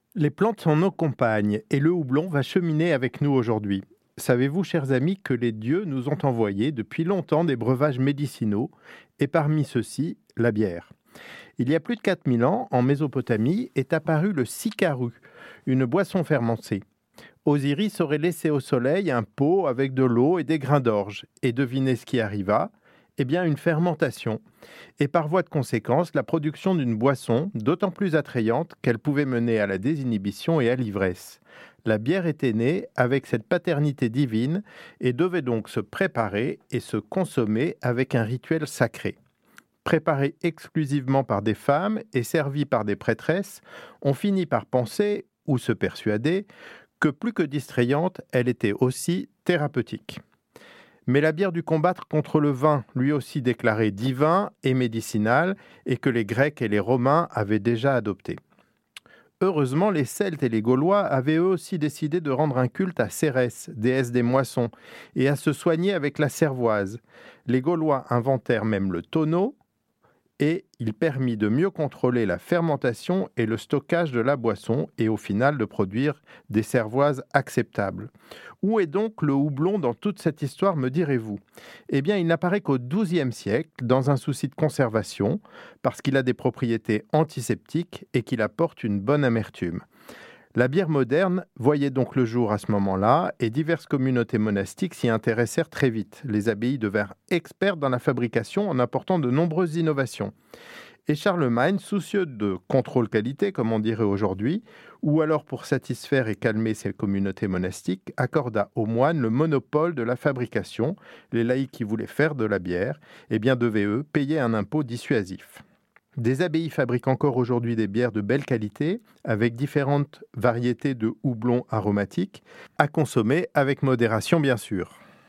Les plantes sont nos compagnes et le houblon va cheminer avec nous aujourd'hui. Savez-vous, chers amis, que les dieux nous ont envoyé depuis longtemps des breuvages médicinaux et parmi ceux-ci, la bière. Il y a plus de 4000 ans, en Mésopotamie, est apparu le sicaru, une boisson fermentée. Osiris aurait laissé au soleil un pot avec de l'eau et des grains d'orge. Et devinez ce qui arriva? Eh bien, une fermentation. Et par voie de conséquence, la production d'une boisson d'autant plus attrayante qu'elle pouvait mener à la désinhibition et à l'ivresse. La bière était née avec cette paternité divine et devait donc se préparer et se consommer avec un rituel sacré. Préparée exclusivement par des femmes et servie par des prêtresses, on finit par penser, ou se persuader, que plus que distrayante, elle était aussi thérapeutique. Mais la bière dut combattre contre le vin, lui aussi déclaré divin et médicinal, et que les Grecs et les Romains avaient déjà adopté. Heureusement, les Celtes et les Gaulois avaient eux aussi décidé de rendre un culte à Cérès, déesse des moissons, et à se soigner avec la cervoise. Les Gaulois inventèrent même le tonneau, et il permit de mieux contrôler la fermentation et le stockage de la boisson et au final de produire des cervoises acceptables. Où est donc le houblon dans toute cette histoire, me direz-vous? Eh bien, il n'apparaît qu'au XIIe siècle, dans un souci de conservation, parce qu'il a des propriétés antiseptiques et qu'il apporte une bonne amertume. La bière moderne voyait donc le jour à ce moment-là et diverses communautés monastiques s'y intéressèrent très vite. Les abbayes devinrent expertes dans la fabrication en apportant de nombreuses innovations. Et Charlemagne, soucieux de contrôle qualité, comme on dirait aujourd'hui, ou alors pour satisfaire et calmer ces communautés monastiques, accorda aux moines le monopole de la fabrication. Les laïcs qui voulaient faire de la bière, eh bien devaient, eux, payer un impôt dissuasif. Des abbayes fabriquent encore aujourd'hui des bières de belle qualité, avec différentes variétés de houblons aromatiques, à consommer avec modération bien sûr.